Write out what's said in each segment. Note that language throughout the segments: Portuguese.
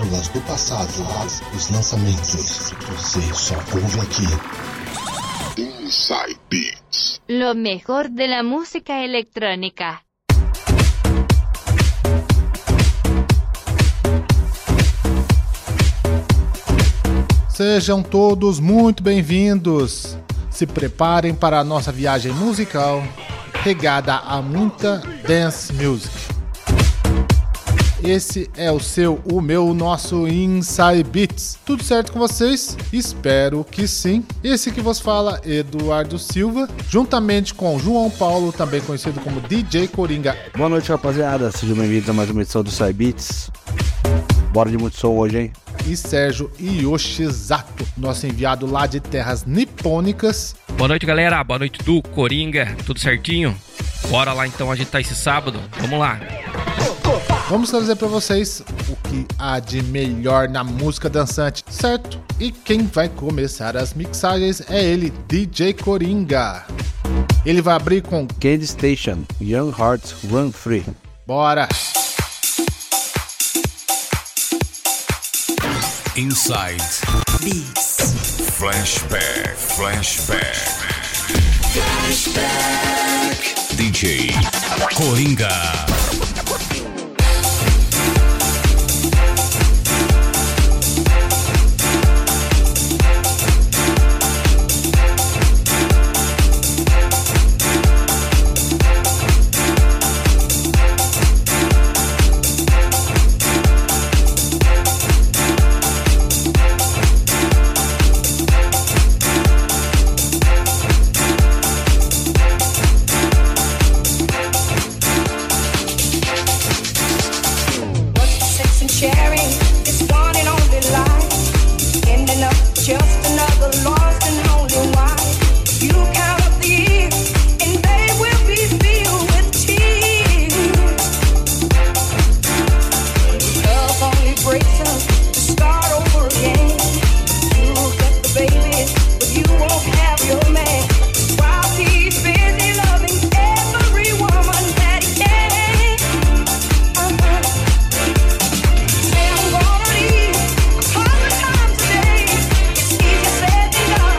pérolas do passado, os lançamentos. Você só ouve aqui. Inside Beats. Lo mejor de la música electrónica. Sejam todos muito bem-vindos. Se preparem para a nossa viagem musical, regada a muita dance music. Esse é o meu, nosso Inside Beats. Tudo certo com vocês? Espero que sim. Esse que vos fala, Eduardo Silva, juntamente com João Paulo, também conhecido como DJ Coringa. Boa noite, rapaziada. Sejam bem-vindos a mais uma edição do Inside Beats. Bora de muito som hoje, hein? E Sérgio Yoshizato, nosso enviado lá de terras nipônicas. Boa noite, galera. Boa noite do Coringa. Tudo certinho? Bora lá então agitar esse sábado. Vamos lá. Vamos trazer para vocês o que há de melhor na música dançante, certo? E quem vai começar as mixagens é ele, DJ Coringa. Ele vai abrir com Candy Station, Young Hearts Run Free. Bora! Inside Beats. Flashback. DJ Coringa. Say I'm gonna leave a couple of times a day. It's easier said than done.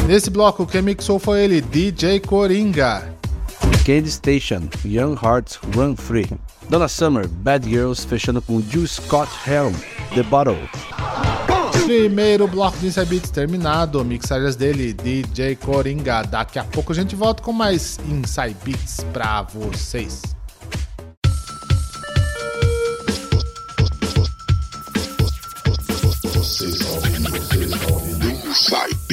Nesse bloco, quem mixou foi ele, DJ Coringa. Candy Station, Young Hearts Run Free. Donna Summer, Bad Girls, fechando com Jill Scott Heron, The Bottle. Primeiro bloco de Inside Beats terminado, mixagens dele, DJ Coringa. Daqui a pouco a gente volta com mais Inside Beats pra vocês. Vocês estão ouvindo Inside